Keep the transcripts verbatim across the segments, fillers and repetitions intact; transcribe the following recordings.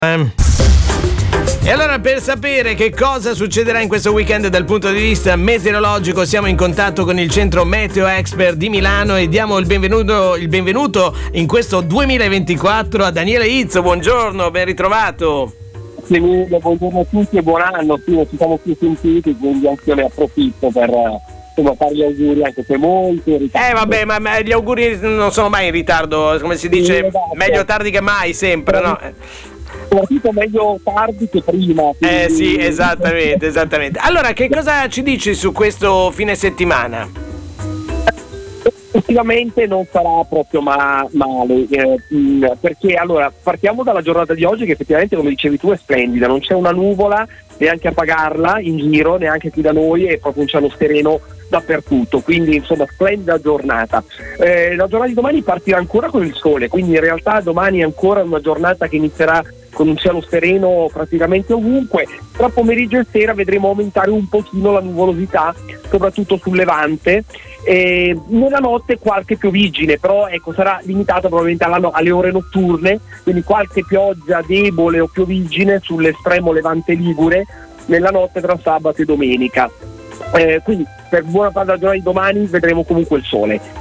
E allora, per sapere che cosa succederà in questo weekend dal punto di vista meteorologico, siamo in contatto con il centro Meteo Expert di Milano e diamo il benvenuto, il benvenuto in questo duemilaventiquattro a Daniele Izzo. Buongiorno, ben ritrovato. Buongiorno a tutti e buon anno. Sì, ci siamo più sentiti, quindi anche io ne approfitto per insomma, fare gli auguri, anche se molto in ritardo. Eh vabbè, ma, ma gli auguri non sono mai in ritardo, come si dice, sì, esatto. Meglio tardi che mai, sempre, no? Soprattutto meglio tardi che prima. Quindi... Eh sì, esattamente, esattamente. Allora, che cosa ci dici su questo fine settimana? Effettivamente non sarà proprio ma- male, eh, mh, perché allora partiamo dalla giornata di oggi che effettivamente, come dicevi tu, è splendida, non c'è una nuvola neanche a pagarla in giro, neanche qui da noi, è proprio un cielo sereno dappertutto, quindi insomma splendida giornata. Eh, la giornata di domani partirà ancora con il sole, quindi in realtà domani è ancora una giornata che inizierà con un cielo sereno praticamente ovunque. Tra pomeriggio e sera vedremo aumentare un pochino la nuvolosità, soprattutto sul Levante. E nella notte qualche pioviggine, però ecco sarà limitata probabilmente alla no- alle ore notturne, quindi qualche pioggia debole o pioviggine sull'estremo Levante ligure nella notte tra sabato e domenica. Eh, quindi per buona parte della giornata di domani vedremo comunque il sole.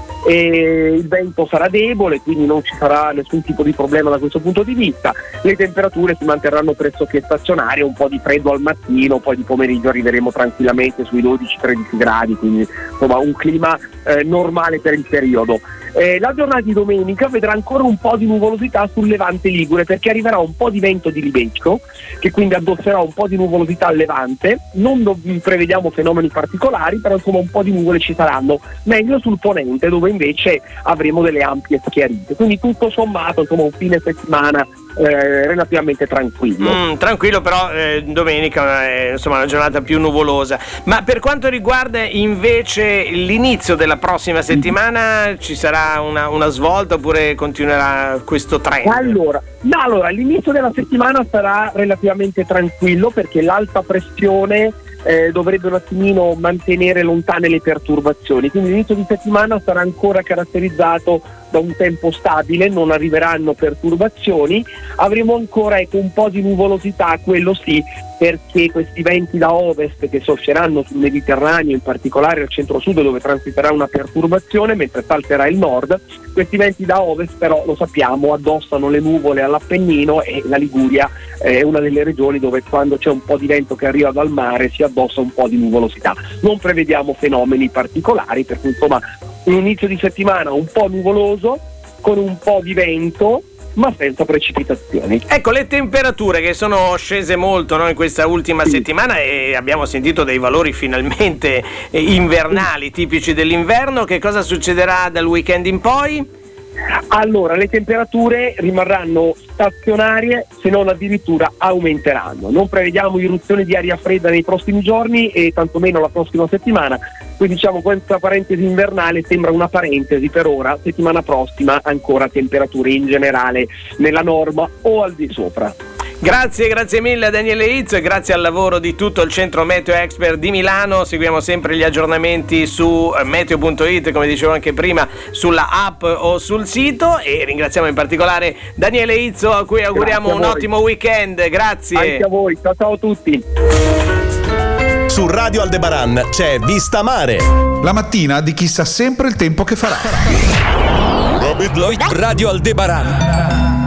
E il vento sarà debole, quindi non ci sarà nessun tipo di problema da questo punto di vista. Le temperature si manterranno pressoché stazionarie, un po' di freddo al mattino, poi di pomeriggio arriveremo tranquillamente sui dodici tredici gradi, quindi insomma un clima eh, normale per il periodo. Eh, la giornata di domenica vedrà ancora un po' di nuvolosità sul Levante ligure, perché arriverà un po' di vento di libecco che quindi addosserà un po' di nuvolosità al Levante. Non do- prevediamo fenomeni particolari, però insomma un po' di nuvole ci saranno, meglio sul ponente dove invece avremo delle ampie schiarite, quindi tutto sommato insomma un fine settimana eh, relativamente tranquillo. Mm, tranquillo, però eh, domenica è insomma una giornata più nuvolosa. Ma per quanto riguarda invece l'inizio della prossima settimana, ci sarà una, una svolta oppure continuerà questo trend? Allora, no, allora l'inizio della settimana sarà relativamente tranquillo perché l'alta pressione Eh, dovrebbe un attimino mantenere lontane le perturbazioni, quindi l'inizio di settimana sarà ancora caratterizzato da un tempo stabile, non arriveranno perturbazioni, avremo ancora ecco, un po' di nuvolosità, quello sì, perché questi venti da ovest che soffieranno sul Mediterraneo, in particolare al centro-sud dove transiterà una perturbazione mentre salterà il nord, questi venti da ovest però lo sappiamo addossano le nuvole all'Appennino e la Liguria è una delle regioni dove quando c'è un po' di vento che arriva dal mare si addossa un po' di nuvolosità. Non prevediamo fenomeni particolari, per cui insomma un inizio di settimana un po' nuvoloso con un po' di vento ma senza precipitazioni. Ecco, le temperature che sono scese molto, no, in questa ultima sì. settimana e abbiamo sentito dei valori finalmente invernali, tipici dell'inverno. Che cosa succederà dal weekend in poi? Allora, le temperature rimarranno stazionarie, se non addirittura aumenteranno. Non prevediamo irruzioni di aria fredda nei prossimi giorni e tantomeno la prossima settimana. Quindi diciamo questa parentesi invernale sembra una parentesi per ora. Settimana prossima ancora temperature in generale nella norma o al di sopra. Grazie, grazie mille a Daniele Izzo e grazie al lavoro di tutto il centro Meteo Expert di Milano. Seguiamo sempre gli aggiornamenti su meteo punto it, come dicevo anche prima, sulla app o sul sito, e ringraziamo in particolare Daniele Izzo a cui auguriamo un ottimo weekend. Grazie. Anche a voi, ciao ciao a tutti. Su Radio Aldebaran c'è Vista Mare, la mattina di chi sa sempre il tempo che farà. Radio Aldebaran.